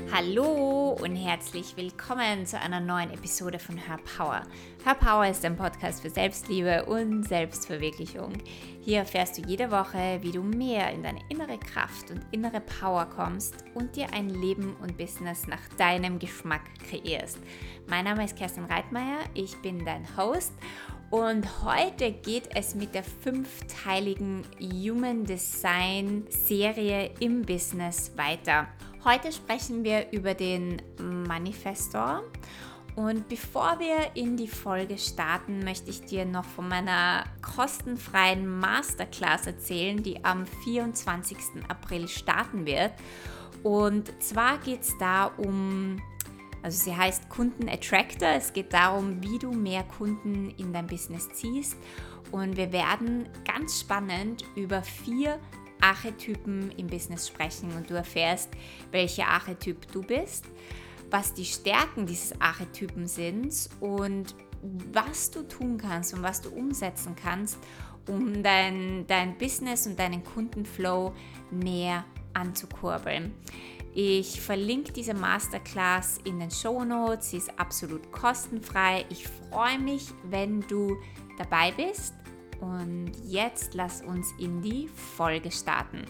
Hallo und herzlich willkommen zu einer neuen Episode von Her Power. Her Power ist ein Podcast für Selbstliebe und Selbstverwirklichung. Hier erfährst du jede Woche, wie du mehr in deine innere Kraft und innere Power kommst und dir ein Leben und Business nach deinem Geschmack kreierst. Mein Name ist Kerstin Reitmeier, ich bin dein Host. Und heute geht es mit der 5-teiligen Human Design Serie im Business weiter. Heute sprechen wir über den Manifestor. Und bevor wir in die Folge starten, möchte ich dir noch von meiner kostenfreien Masterclass erzählen, die am 24. April starten wird. Und zwar geht es da also sie heißt Kunden Attractor. Es geht darum, wie du mehr Kunden in dein Business ziehst. Und wir werden ganz spannend über 4 Archetypen im Business sprechen und du erfährst, welcher Archetyp du bist, was die Stärken dieses Archetypen sind und was du tun kannst und was du umsetzen kannst, um dein Business und deinen Kundenflow mehr anzukurbeln. Ich verlinke diese Masterclass in den Shownotes, sie ist absolut kostenfrei. Ich freue mich, wenn du dabei bist und jetzt lass uns in die Folge starten.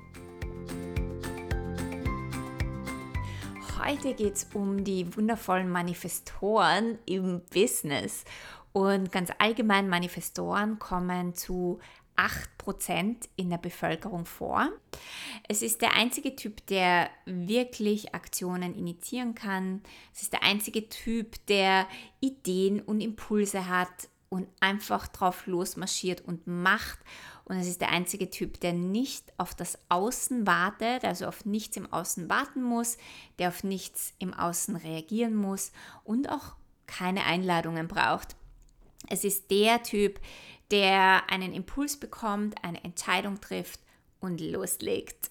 Heute geht es um die wundervollen Manifestoren im Business und ganz allgemein Manifestoren kommen zu 8% in der Bevölkerung vor. Es ist der einzige Typ, der wirklich Aktionen initiieren kann. Es ist der einzige Typ, der Ideen und Impulse hat und einfach drauf losmarschiert und macht. Und es ist der einzige Typ, der nicht auf das Außen wartet, also auf nichts im Außen warten muss, der auf nichts im Außen reagieren muss und auch keine Einladungen braucht. Es ist der Typ, der einen Impuls bekommt, eine Entscheidung trifft und loslegt.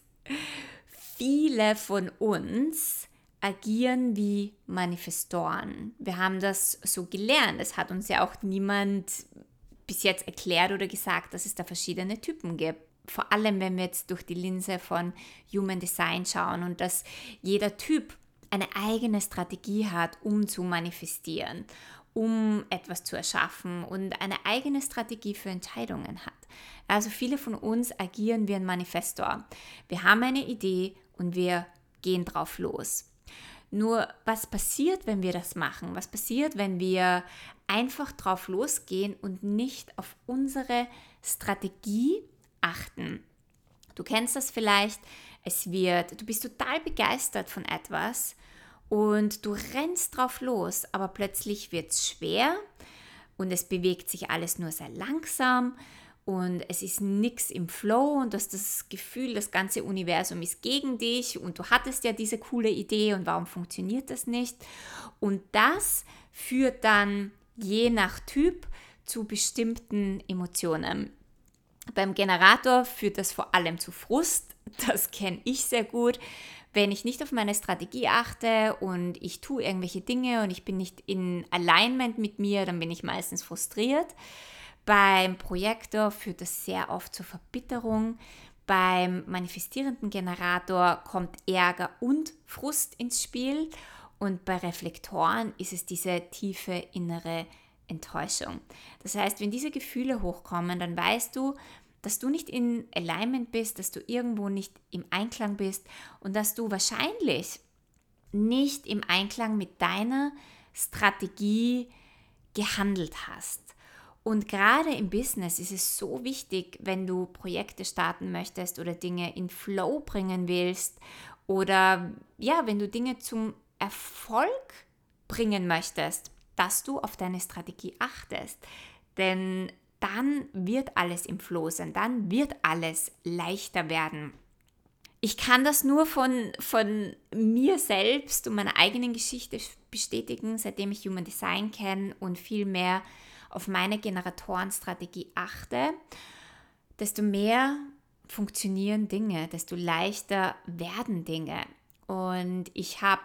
Viele von uns agieren wie Manifestoren. Wir haben das so gelernt. Es hat uns ja auch niemand bis jetzt erklärt oder gesagt, dass es da verschiedene Typen gibt. Vor allem, wenn wir jetzt durch die Linse von Human Design schauen und dass jeder Typ eine eigene Strategie hat, um zu manifestieren, um etwas zu erschaffen und eine eigene Strategie für Entscheidungen hat. Also viele von uns agieren wie ein Manifestor. Wir haben eine Idee und wir gehen drauf los. Nur was passiert, wenn wir das machen? Was passiert, wenn wir einfach drauf losgehen und nicht auf unsere Strategie achten? Du kennst das vielleicht, du bist total begeistert von etwas und du rennst drauf los, aber plötzlich wird es schwer und es bewegt sich alles nur sehr langsam und es ist nichts im Flow und du hast das Gefühl, das ganze Universum ist gegen dich und du hattest ja diese coole Idee und warum funktioniert das nicht? Und das führt dann je nach Typ zu bestimmten Emotionen. Beim Generator führt das vor allem zu Frust, das kenne ich sehr gut. Wenn ich nicht auf meine Strategie achte und ich tue irgendwelche Dinge und ich bin nicht in Alignment mit mir, dann bin ich meistens frustriert. Beim Projektor führt das sehr oft zur Verbitterung. Beim manifestierenden Generator kommt Ärger und Frust ins Spiel. Und bei Reflektoren ist es diese tiefe innere Enttäuschung. Das heißt, wenn diese Gefühle hochkommen, dann weißt du, dass du nicht in Alignment bist, dass du irgendwo nicht im Einklang bist und dass du wahrscheinlich nicht im Einklang mit deiner Strategie gehandelt hast. Und gerade im Business ist es so wichtig, wenn du Projekte starten möchtest oder Dinge in Flow bringen willst oder ja, wenn du Dinge zum Erfolg bringen möchtest, dass du auf deine Strategie achtest. Denn dann wird alles im Flow sein, dann wird alles leichter werden. Ich kann das nur von mir selbst und meiner eigenen Geschichte bestätigen, seitdem ich Human Design kenne und viel mehr auf meine Generatorenstrategie achte, desto mehr funktionieren Dinge, desto leichter werden Dinge. Und ich habe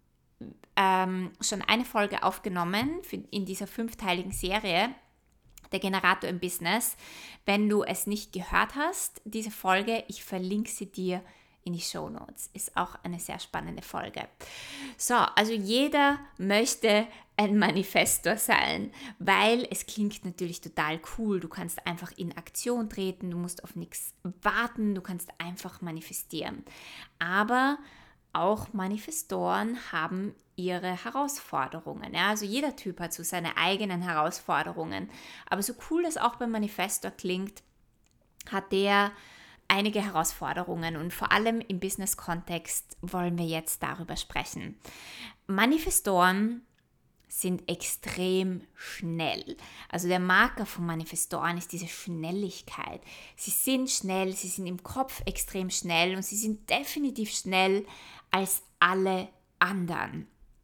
schon eine Folge aufgenommen in dieser 5-teiligen Serie, der Generator im Business. Wenn du es nicht gehört hast, diese Folge, ich verlinke sie dir in die Shownotes. Ist auch eine sehr spannende Folge. So, also jeder möchte ein Manifestor sein, weil es klingt natürlich total cool. Du kannst einfach in Aktion treten, du musst auf nichts warten, du kannst einfach manifestieren. Aber auch Manifestoren haben ihre Herausforderungen. Ja? Also jeder Typ hat so seine eigenen Herausforderungen. Aber so cool das auch beim Manifestor klingt, hat der einige Herausforderungen und vor allem im Business-Kontext wollen wir jetzt darüber sprechen. Manifestoren sind extrem schnell. Also der Marker von Manifestoren ist diese Schnelligkeit. Sie sind schnell, sie sind im Kopf extrem schnell und sie sind definitiv schnell als alle anderen.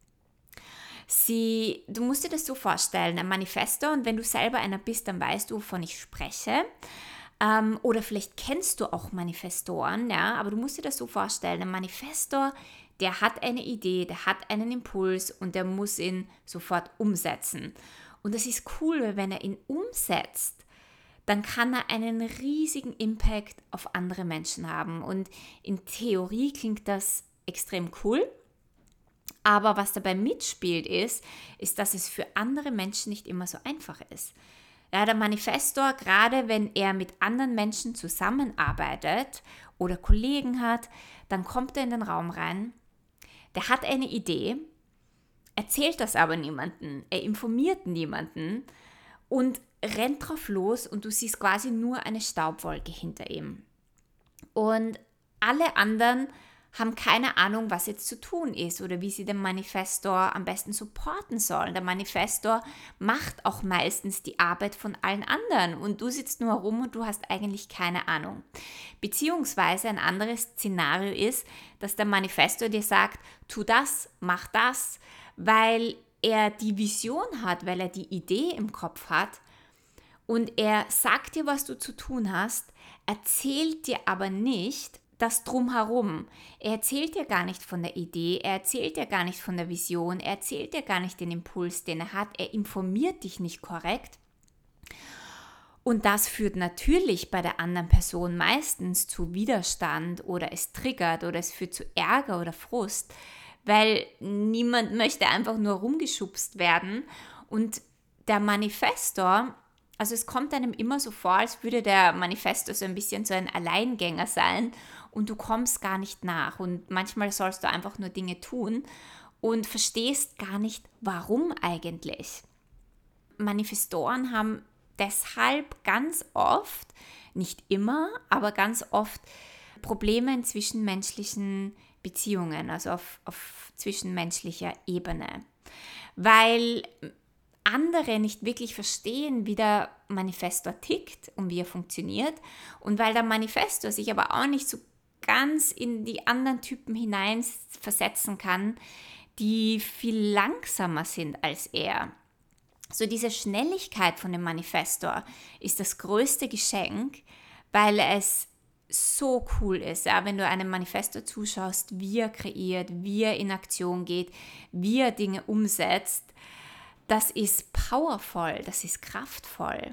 Du musst dir das so vorstellen, ein Manifestor, und wenn du selber einer bist, dann weißt du, wovon ich spreche. Oder vielleicht kennst du auch Manifestoren, ja, aber du musst dir das so vorstellen, ein Manifestor, der hat eine Idee, der hat einen Impuls und der muss ihn sofort umsetzen. Und das ist cool, weil wenn er ihn umsetzt, dann kann er einen riesigen Impact auf andere Menschen haben. Und in Theorie klingt das extrem cool. Aber was dabei mitspielt ist, dass es für andere Menschen nicht immer so einfach ist. Ja, der Manifestor, gerade wenn er mit anderen Menschen zusammenarbeitet oder Kollegen hat, dann kommt er in den Raum rein, der hat eine Idee, erzählt das aber niemandem, er informiert niemanden und rennt drauf los und du siehst quasi nur eine Staubwolke hinter ihm. Und alle anderen haben keine Ahnung, was jetzt zu tun ist oder wie sie den Manifestor am besten supporten sollen. Der Manifestor macht auch meistens die Arbeit von allen anderen und du sitzt nur herum und du hast eigentlich keine Ahnung. Beziehungsweise ein anderes Szenario ist, dass der Manifestor dir sagt, tu das, mach das, weil er die Vision hat, weil er die Idee im Kopf hat und er sagt dir, was du zu tun hast, erzählt dir aber nicht das Drumherum. Er erzählt dir gar nicht von der Idee, er erzählt dir gar nicht von der Vision, er erzählt dir gar nicht den Impuls, den er hat, er informiert dich nicht korrekt. Und das führt natürlich bei der anderen Person meistens zu Widerstand oder es triggert oder es führt zu Ärger oder Frust, weil niemand möchte einfach nur rumgeschubst werden. Und der Manifestor, also es kommt einem immer so vor, als würde der Manifestor so ein bisschen so ein Alleingänger sein und du kommst gar nicht nach. Und manchmal sollst du einfach nur Dinge tun und verstehst gar nicht, warum eigentlich. Manifestoren haben deshalb ganz oft, nicht immer, aber ganz oft Probleme in zwischenmenschlichen Beziehungen, also auf zwischenmenschlicher Ebene. Weil andere nicht wirklich verstehen, wie der Manifestor tickt und wie er funktioniert und weil der Manifestor sich aber auch nicht so ganz in die anderen Typen hinein versetzen kann, die viel langsamer sind als er. So diese Schnelligkeit von dem Manifestor ist das größte Geschenk, weil es so cool ist, ja, wenn du einem Manifestor zuschaust, wie er kreiert, wie er in Aktion geht, wie er Dinge umsetzt. Das ist powerful, das ist kraftvoll.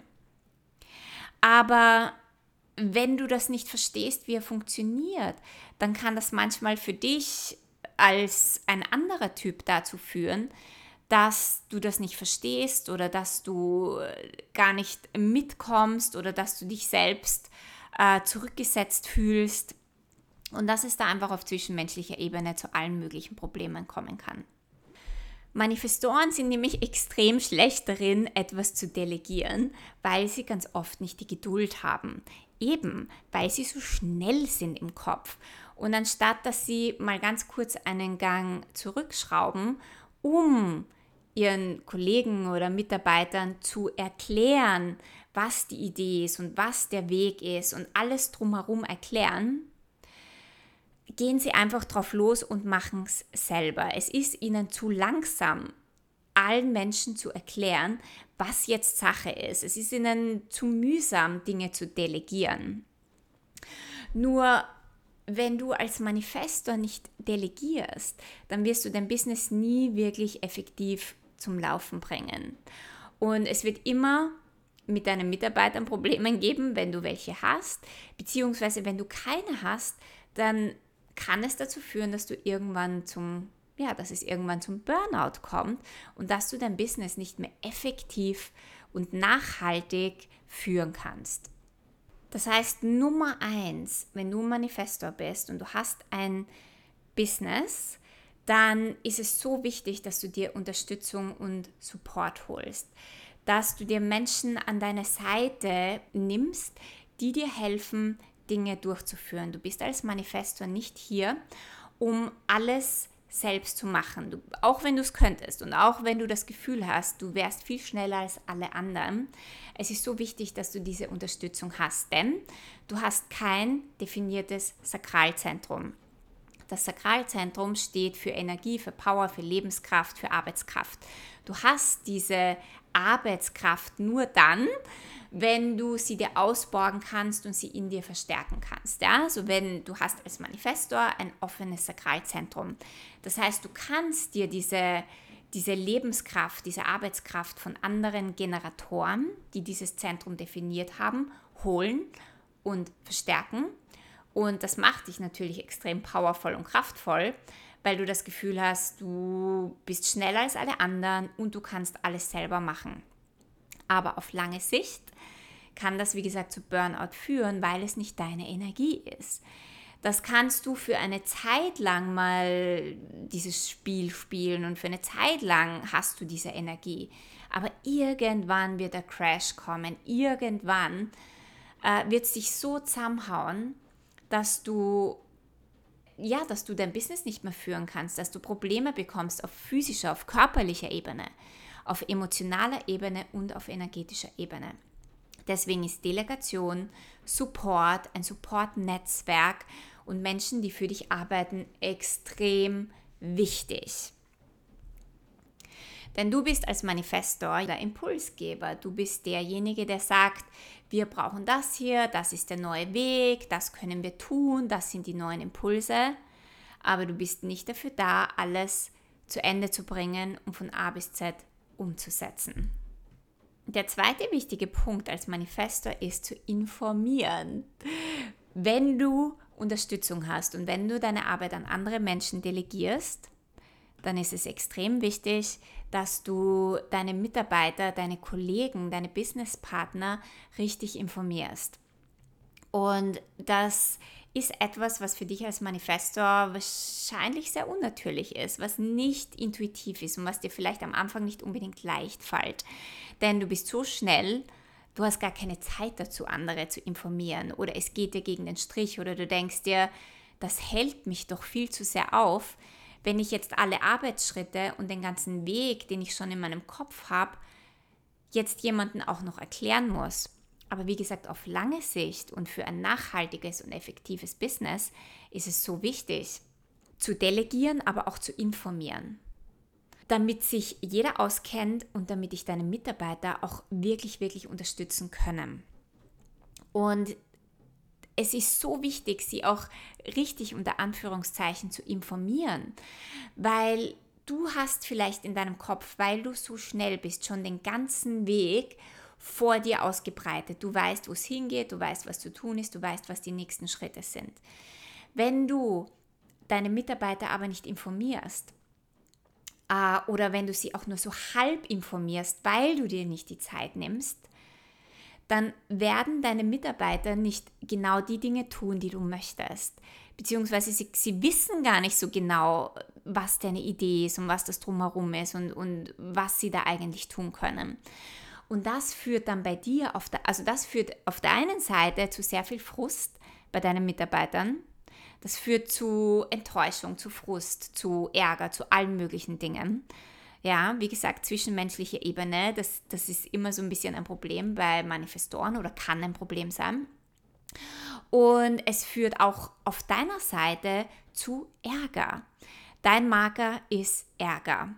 Aber wenn du das nicht verstehst, wie er funktioniert, dann kann das manchmal für dich als ein anderer Typ dazu führen, dass du das nicht verstehst oder dass du gar nicht mitkommst oder dass du dich selbst zurückgesetzt fühlst und dass es da einfach auf zwischenmenschlicher Ebene zu allen möglichen Problemen kommen kann. Manifestoren sind nämlich extrem schlecht darin, etwas zu delegieren, weil sie ganz oft nicht die Geduld haben. Eben, weil sie so schnell sind im Kopf. Und anstatt, dass sie mal ganz kurz einen Gang zurückschrauben, um ihren Kollegen oder Mitarbeitern zu erklären, was die Idee ist und was der Weg ist und alles drumherum erklären, gehen sie einfach drauf los und machen es selber. Es ist ihnen zu langsam, allen Menschen zu erklären, was jetzt Sache ist. Es ist ihnen zu mühsam, Dinge zu delegieren. Nur wenn du als Manifestor nicht delegierst, dann wirst du dein Business nie wirklich effektiv zum Laufen bringen. Und es wird immer mit deinen Mitarbeitern Probleme geben, wenn du welche hast, beziehungsweise wenn du keine hast, dann kann es dazu führen, dass es irgendwann zum Burnout kommt und dass du dein Business nicht mehr effektiv und nachhaltig führen kannst. Das heißt, Nummer 1, wenn du Manifestor bist und du hast ein Business, dann ist es so wichtig, dass du dir Unterstützung und Support holst, dass du dir Menschen an deine Seite nimmst, die dir helfen, Dinge durchzuführen. Du bist als Manifestor nicht hier, um alles selbst zu machen. Auch wenn du es könntest und auch wenn du das Gefühl hast, du wärst viel schneller als alle anderen, es ist so wichtig, dass du diese Unterstützung hast, denn du hast kein definiertes Sakralzentrum. Das Sakralzentrum steht für Energie, für Power, für Lebenskraft, für Arbeitskraft. Du hast diese Arbeitskraft nur dann, wenn du sie dir ausborgen kannst und sie in dir verstärken kannst. Ja? Also wenn du hast als Manifestor ein offenes Sakralzentrum. Das heißt, du kannst dir diese Lebenskraft, diese Arbeitskraft von anderen Generatoren, die dieses Zentrum definiert haben, holen und verstärken. Und das macht dich natürlich extrem powervoll und kraftvoll, weil du das Gefühl hast, du bist schneller als alle anderen und du kannst alles selber machen. Aber auf lange Sicht kann das, wie gesagt, zu Burnout führen, weil es nicht deine Energie ist. Das kannst du für eine Zeit lang mal dieses Spiel spielen und für eine Zeit lang hast du diese Energie. Aber irgendwann wird der Crash kommen, irgendwann wird es dich so zusammenhauen, dass du dein Business nicht mehr führen kannst, dass du Probleme bekommst auf physischer, auf körperlicher Ebene, auf emotionaler Ebene und auf energetischer Ebene. Deswegen ist Delegation, Support, ein Support-Netzwerk und Menschen, die für dich arbeiten, extrem wichtig. Denn du bist als Manifestor der Impulsgeber. Du bist derjenige, der sagt, wir brauchen das hier, das ist der neue Weg, das können wir tun, das sind die neuen Impulse. Aber du bist nicht dafür da, alles zu Ende zu bringen und von A bis Z umzusetzen. Der zweite wichtige Punkt als Manifestor ist zu informieren. Wenn du Unterstützung hast und wenn du deine Arbeit an andere Menschen delegierst, dann ist es extrem wichtig, dass du deine Mitarbeiter, deine Kollegen, deine Businesspartner richtig informierst. Und das ist etwas, was für dich als Manifestor wahrscheinlich sehr unnatürlich ist, was nicht intuitiv ist und was dir vielleicht am Anfang nicht unbedingt leicht fällt. Denn du bist so schnell, du hast gar keine Zeit dazu, andere zu informieren oder es geht dir gegen den Strich oder du denkst dir, das hält mich doch viel zu sehr auf, wenn ich jetzt alle Arbeitsschritte und den ganzen Weg, den ich schon in meinem Kopf habe, jetzt jemandem auch noch erklären muss. Aber wie gesagt, auf lange Sicht und für ein nachhaltiges und effektives Business ist es so wichtig, zu delegieren, aber auch zu informieren, damit sich jeder auskennt und damit ich deine Mitarbeiter auch wirklich, wirklich unterstützen können. Und es ist so wichtig, sie auch richtig unter Anführungszeichen zu informieren, weil du hast vielleicht in deinem Kopf, weil du so schnell bist, schon den ganzen Weg vor dir ausgebreitet. Du weißt, wo es hingeht, du weißt, was zu tun ist, du weißt, was die nächsten Schritte sind. Wenn du deine Mitarbeiter aber nicht informierst oder wenn du sie auch nur so halb informierst, weil du dir nicht die Zeit nimmst, dann werden deine Mitarbeiter nicht genau die Dinge tun, die du möchtest. Beziehungsweise sie wissen gar nicht so genau, was deine Idee ist und was das drumherum ist und was sie da eigentlich tun können. Und das führt dann bei dir, das führt auf der einen Seite zu sehr viel Frust bei deinen Mitarbeitern. Das führt zu Enttäuschung, zu Frust, zu Ärger, zu allen möglichen Dingen. Ja, wie gesagt, zwischenmenschliche Ebene, das ist immer so ein bisschen ein Problem bei Manifestoren oder kann ein Problem sein. Und es führt auch auf deiner Seite zu Ärger. Dein Marker ist Ärger.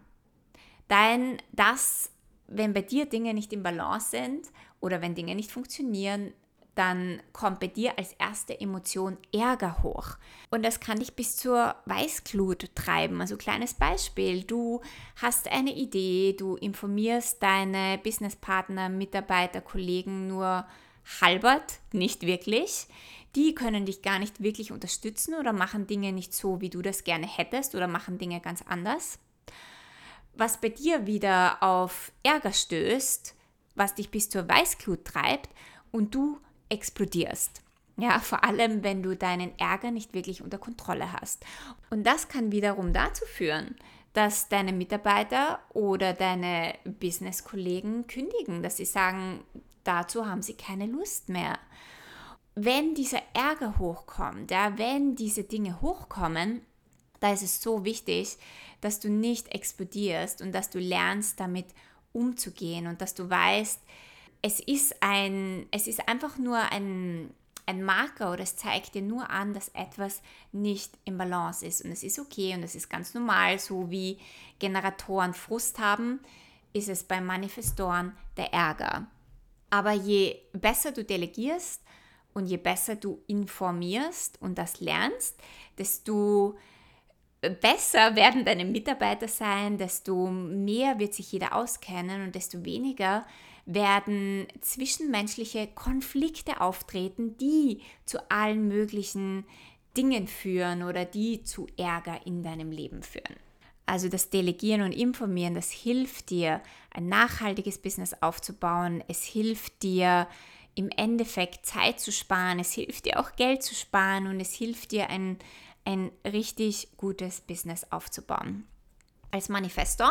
Wenn bei dir Dinge nicht im Balance sind oder wenn Dinge nicht funktionieren, dann kommt bei dir als erste Emotion Ärger hoch. Und das kann dich bis zur Weißglut treiben. Also kleines Beispiel, du hast eine Idee, du informierst deine Businesspartner, Mitarbeiter, Kollegen nur halbert, nicht wirklich. die können dich gar nicht wirklich unterstützen oder machen Dinge nicht so, wie du das gerne hättest oder machen Dinge ganz anders. Was bei dir wieder auf Ärger stößt, was dich bis zur Weißglut treibt und du explodierst. Ja, vor allem, wenn du deinen Ärger nicht wirklich unter Kontrolle hast. Und das kann wiederum dazu führen, dass deine Mitarbeiter oder deine Business-Kollegen kündigen, dass sie sagen, dazu haben sie keine Lust mehr. Wenn dieser Ärger hochkommt, ja, wenn diese Dinge hochkommen, da ist es so wichtig, dass du nicht explodierst und dass du lernst, damit umzugehen und dass du weißt, es ist einfach nur ein Marker oder es zeigt dir nur an, dass etwas nicht im Balance ist und es ist okay und es ist ganz normal, so wie Generatoren Frust haben, ist es bei Manifestoren der Ärger. Aber je besser du delegierst und je besser du informierst und das lernst, desto besser werden deine Mitarbeiter sein, desto mehr wird sich jeder auskennen und desto weniger werden zwischenmenschliche Konflikte auftreten, die zu allen möglichen Dingen führen oder die zu Ärger in deinem Leben führen. Also das Delegieren und Informieren, das hilft dir, ein nachhaltiges Business aufzubauen. Es hilft dir, im Endeffekt Zeit zu sparen. Es hilft dir auch Geld zu sparen und es hilft dir, ein richtig gutes Business aufzubauen. Als Manifestor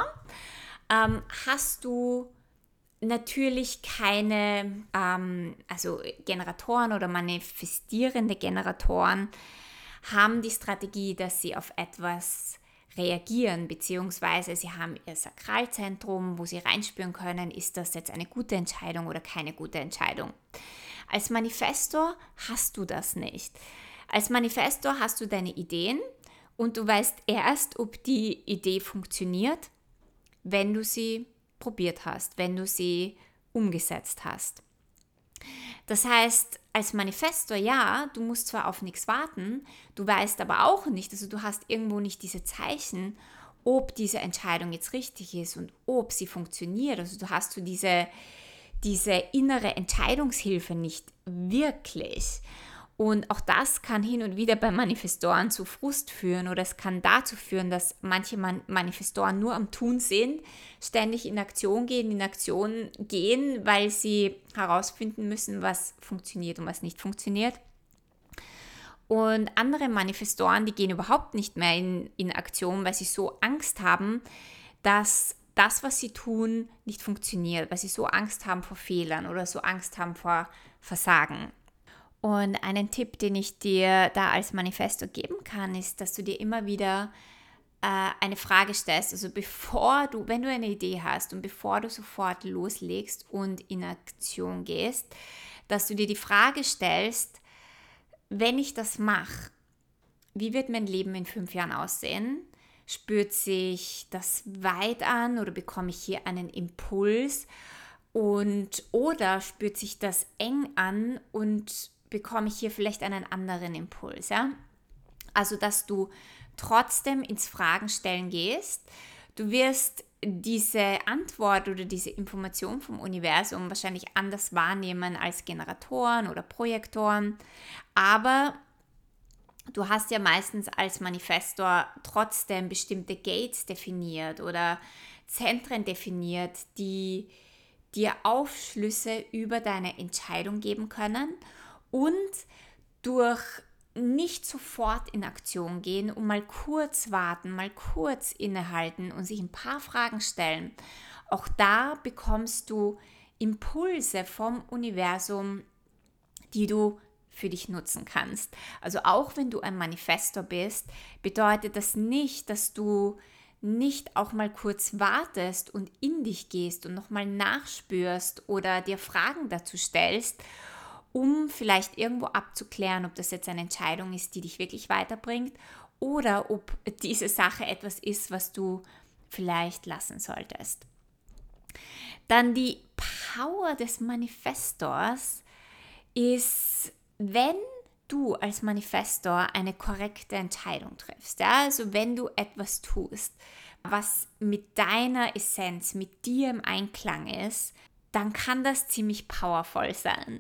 hast du natürlich keine, also Generatoren oder manifestierende Generatoren haben die Strategie, dass sie auf etwas reagieren, beziehungsweise sie haben ihr Sakralzentrum, wo sie reinspüren können, ist das jetzt eine gute Entscheidung oder keine gute Entscheidung. Als Manifestor hast du das nicht. Als Manifestor hast du deine Ideen und du weißt erst, ob die Idee funktioniert, wenn du sie probiert hast, wenn du sie umgesetzt hast. Das heißt, als Manifestor, ja, du musst zwar auf nichts warten, du weißt aber auch nicht, also du hast irgendwo nicht diese Zeichen, ob diese Entscheidung jetzt richtig ist und ob sie funktioniert. Also du hast so diese innere Entscheidungshilfe nicht wirklich. Und auch das kann hin und wieder bei Manifestoren zu Frust führen oder es kann dazu führen, dass manche Manifestoren nur am Tun sind, ständig in Aktion gehen, weil sie herausfinden müssen, was funktioniert und was nicht funktioniert. Und andere Manifestoren, die gehen überhaupt nicht mehr in Aktion, weil sie so Angst haben, dass das, was sie tun, nicht funktioniert, weil sie so Angst haben vor Fehlern oder so Angst haben vor Versagen. Und einen Tipp, den ich dir da als Manifestor geben kann, ist, dass du dir immer wieder eine Frage stellst. Also wenn du eine Idee hast und bevor du sofort loslegst und in Aktion gehst, dass du dir die Frage stellst, wenn ich das mache, wie wird mein Leben in 5 Jahren aussehen? Spürt sich das weit an oder bekomme ich hier einen Impuls? Oder spürt sich das eng an und bekomme ich hier vielleicht einen anderen Impuls. Ja? Also, dass du trotzdem ins Fragenstellen gehst. Du wirst diese Antwort oder diese Information vom Universum wahrscheinlich anders wahrnehmen als Generatoren oder Projektoren. Aber du hast ja meistens als Manifestor trotzdem bestimmte Gates definiert oder Zentren definiert, die dir Aufschlüsse über deine Entscheidung geben können. Und durch nicht sofort in Aktion gehen und mal kurz warten, mal kurz innehalten und sich ein paar Fragen stellen. Auch da bekommst du Impulse vom Universum, die du für dich nutzen kannst. Also auch wenn du ein Manifestor bist, bedeutet das nicht, dass du nicht auch mal kurz wartest und in dich gehst und nochmal nachspürst oder dir Fragen dazu stellst, um vielleicht irgendwo abzuklären, ob das jetzt eine Entscheidung ist, die dich wirklich weiterbringt oder ob diese Sache etwas ist, was du vielleicht lassen solltest. Dann die Power des Manifestors ist, wenn du als Manifestor eine korrekte Entscheidung triffst, ja? Also wenn du etwas tust, was mit deiner Essenz, mit dir im Einklang ist, dann kann das ziemlich powerful sein.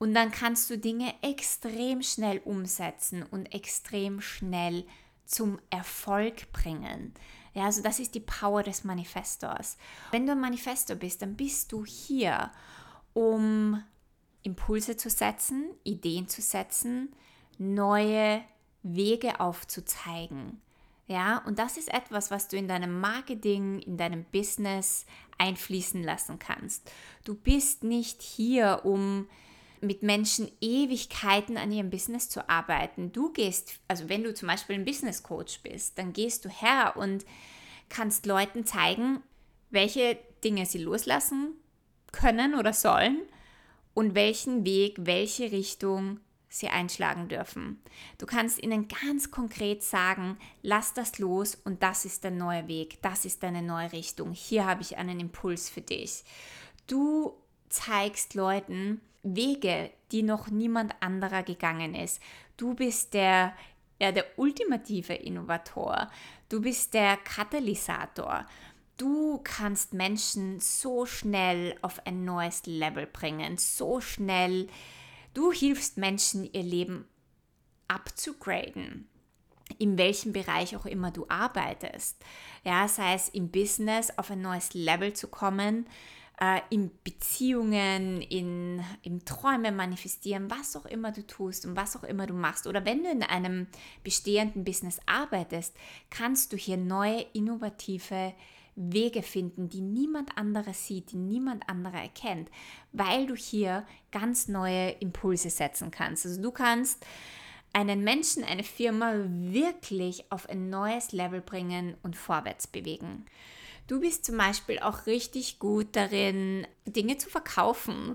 Und dann kannst du Dinge extrem schnell umsetzen und extrem schnell zum Erfolg bringen. Ja, also das ist die Power des Manifestors. Wenn du ein Manifestor bist, dann bist du hier, um Impulse zu setzen, Ideen zu setzen, neue Wege aufzuzeigen. Ja, und das ist etwas, was du in deinem Marketing, in deinem Business einfließen lassen kannst. Du bist nicht hier, um mit Menschen Ewigkeiten an ihrem Business zu arbeiten. Du gehst, also wenn du zum Beispiel ein Business Coach bist, dann gehst du her und kannst Leuten zeigen, welche Dinge sie loslassen können oder sollen und welchen Weg, welche Richtung sie einschlagen dürfen. Du kannst ihnen ganz konkret sagen, lass das los und das ist der neue Weg, das ist deine neue Richtung. Hier habe ich einen Impuls für dich. Du zeigst Leuten Wege, die noch niemand anderer gegangen ist. Du bist der ultimative Innovator. Du bist der Katalysator. Du kannst Menschen so schnell auf ein neues Level bringen, so schnell. Du hilfst Menschen, ihr Leben abzugraden, in welchem Bereich auch immer du arbeitest. Ja, sei es im Business auf ein neues Level zu kommen, in Beziehungen, im Träume manifestieren, was auch immer du tust und was auch immer du machst. Oder wenn du in einem bestehenden Business arbeitest, kannst du hier neue, innovative Wege finden, die niemand anderer sieht, die niemand anderer erkennt, weil du hier ganz neue Impulse setzen kannst. Also du kannst einen Menschen, eine Firma wirklich auf ein neues Level bringen und vorwärts bewegen. Du bist zum Beispiel auch richtig gut darin, Dinge zu verkaufen,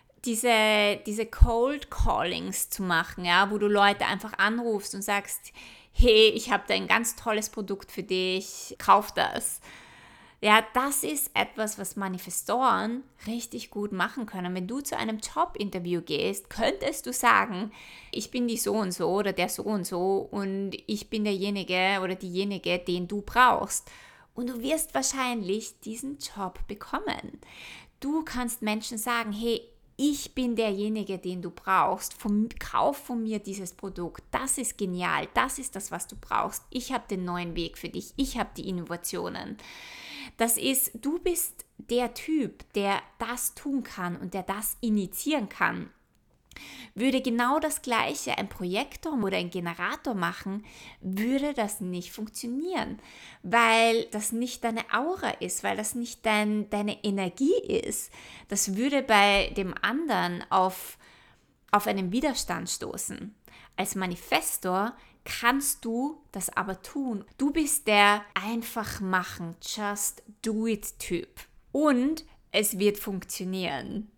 diese Cold Callings zu machen, ja, wo du Leute einfach anrufst und sagst, hey, ich habe da ein ganz tolles Produkt für dich, kauf das. Ja, das ist etwas, was Manifestoren richtig gut machen können. Wenn du zu einem Jobinterview gehst, könntest du sagen, ich bin die so und so oder der so und ich bin derjenige oder diejenige, den du brauchst. Und du wirst wahrscheinlich diesen Job bekommen. Du kannst Menschen sagen, hey, ich bin derjenige, den du brauchst. Kauf von mir dieses Produkt. Das ist genial. Das ist das, was du brauchst. Ich habe den neuen Weg für dich. Ich habe die Innovationen. Du bist der Typ, der das tun kann und der das initiieren kann. Würde genau das Gleiche ein Projektor oder ein Generator machen, würde das nicht funktionieren, weil das nicht deine Aura ist, weil das nicht deine Energie ist. Das würde bei dem anderen auf einen Widerstand stoßen. Als Manifestor kannst du das aber tun. Du bist der einfach machen, just do it Typ. Und es wird funktionieren.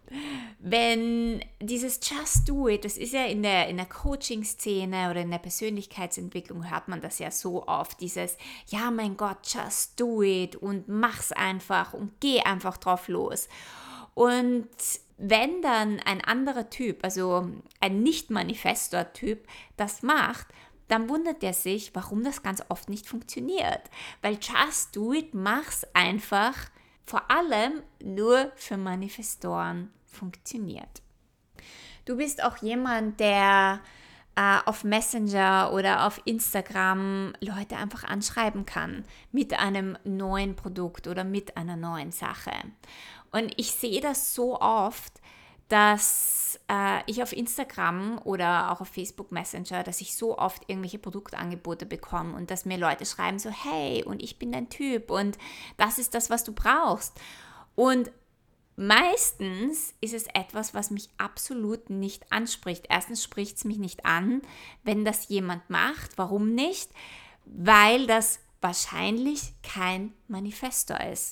Wenn dieses Just Do It, das ist ja in der Coaching-Szene oder in der Persönlichkeitsentwicklung hört man das ja so oft, dieses, ja mein Gott, just do it und mach's einfach und geh einfach drauf los. Und wenn dann ein anderer Typ, also ein Nicht-Manifestor-Typ, das macht, dann wundert er sich, warum das ganz oft nicht funktioniert. Weil Just Do It, mach's einfach, vor allem nur für Manifestoren funktioniert. Du bist auch jemand, der auf Messenger oder auf Instagram Leute einfach anschreiben kann mit einem neuen Produkt oder mit einer neuen Sache. Und ich sehe das so oft, dass ich auf Instagram oder auch auf Facebook Messenger, dass ich so oft irgendwelche Produktangebote bekomme und dass mir Leute schreiben so, hey, und ich bin dein Typ und das ist das, was du brauchst. Und meistens ist es etwas, was mich absolut nicht anspricht. Erstens spricht es mich nicht an, wenn das jemand macht. Warum nicht? Weil das wahrscheinlich kein Manifestor ist.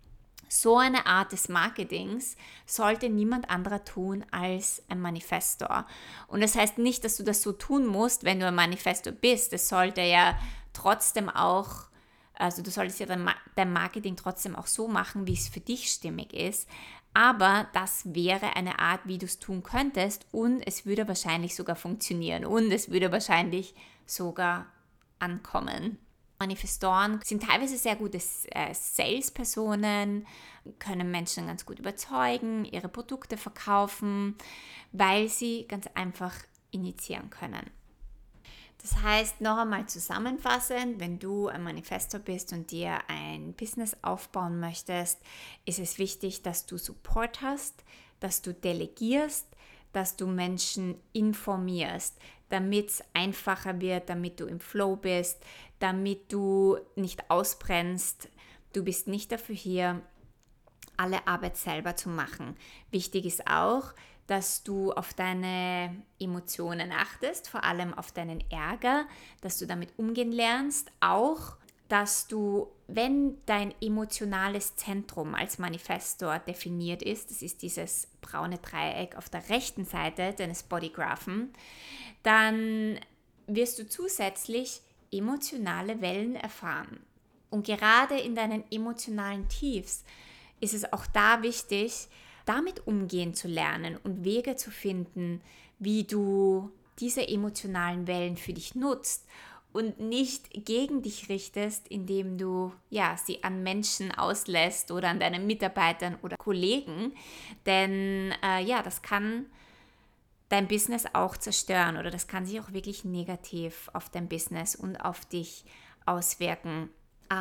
So eine Art des Marketings sollte niemand anderer tun als ein Manifestor. Und das heißt nicht, dass du das so tun musst, wenn du ein Manifestor bist. Es sollte ja trotzdem auch, also du solltest ja dein Marketing trotzdem auch so machen, wie es für dich stimmig ist. Aber das wäre eine Art, wie du es tun könntest und es würde wahrscheinlich sogar funktionieren und es würde wahrscheinlich sogar ankommen. Manifestoren sind teilweise sehr gute Salespersonen, können Menschen ganz gut überzeugen, ihre Produkte verkaufen, weil sie ganz einfach initiieren können. Das heißt, noch einmal zusammenfassend, wenn du ein Manifestor bist und dir ein Business aufbauen möchtest, ist es wichtig, dass du Support hast, dass du delegierst, dass du Menschen informierst, damit es einfacher wird, damit du im Flow bist, damit du nicht ausbrennst. Du bist nicht dafür hier, alle Arbeit selber zu machen. Wichtig ist auch, dass du auf deine Emotionen achtest, vor allem auf deinen Ärger, dass du damit umgehen lernst, auch, dass du, wenn dein emotionales Zentrum als Manifestor definiert ist, das ist dieses braune Dreieck auf der rechten Seite deines Bodygraphen, dann wirst du zusätzlich emotionale Wellen erfahren. Und gerade in deinen emotionalen Tiefs ist es auch da wichtig, damit umgehen zu lernen und Wege zu finden, wie du diese emotionalen Wellen für dich nutzt und nicht gegen dich richtest, indem du sie an Menschen auslässt oder an deinen Mitarbeitern oder Kollegen. Denn das kann dein Business auch zerstören oder das kann sich auch wirklich negativ auf dein Business und auf dich auswirken.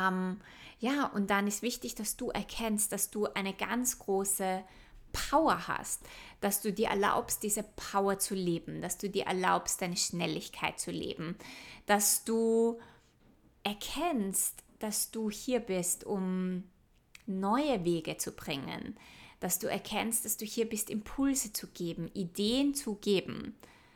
Und dann ist wichtig, dass du erkennst, dass du eine ganz große Power hast, dass du dir erlaubst, diese Power zu leben, dass du dir erlaubst, deine Schnelligkeit zu leben, dass du erkennst, dass du hier bist, um neue Wege zu bringen, dass du erkennst, dass du hier bist, Impulse zu geben, Ideen zu geben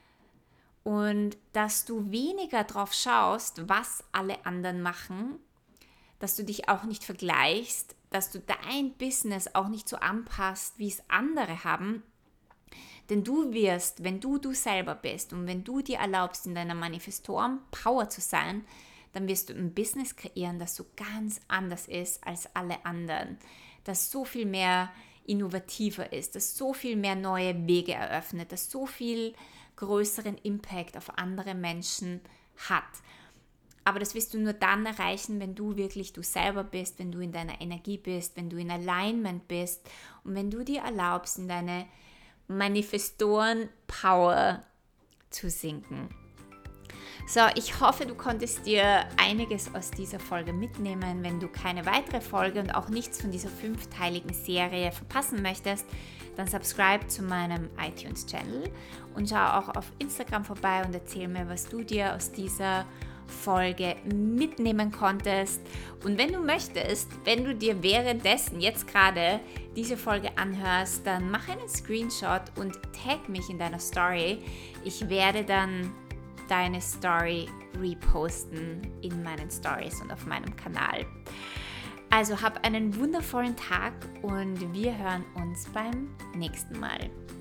und dass du weniger drauf schaust, was alle anderen machen, dass du dich auch nicht vergleichst, dass du dein Business auch nicht so anpasst, wie es andere haben. Denn du wirst, wenn du selber bist und wenn du dir erlaubst, in deiner Manifestoren-Power zu sein, dann wirst du ein Business kreieren, das so ganz anders ist als alle anderen, das so viel mehr innovativer ist, das so viel mehr neue Wege eröffnet, das so viel größeren Impact auf andere Menschen hat. Aber das wirst du nur dann erreichen, wenn du wirklich du selber bist, wenn du in deiner Energie bist, wenn du in Alignment bist und wenn du dir erlaubst, in deine Manifestoren-Power zu sinken. So, ich hoffe, du konntest dir einiges aus dieser Folge mitnehmen. Wenn du keine weitere Folge und auch nichts von dieser 5-teiligen Serie verpassen möchtest, dann subscribe zu meinem iTunes-Channel und schau auch auf Instagram vorbei und erzähl mir, was du dir aus dieser Folge mitnehmen konntest. Und wenn du möchtest, wenn du dir währenddessen jetzt gerade diese Folge anhörst, dann mach einen Screenshot und tag mich in deiner Story. Ich werde dann deine Story reposten in meinen Stories und auf meinem Kanal. Also hab einen wundervollen Tag und wir hören uns beim nächsten Mal.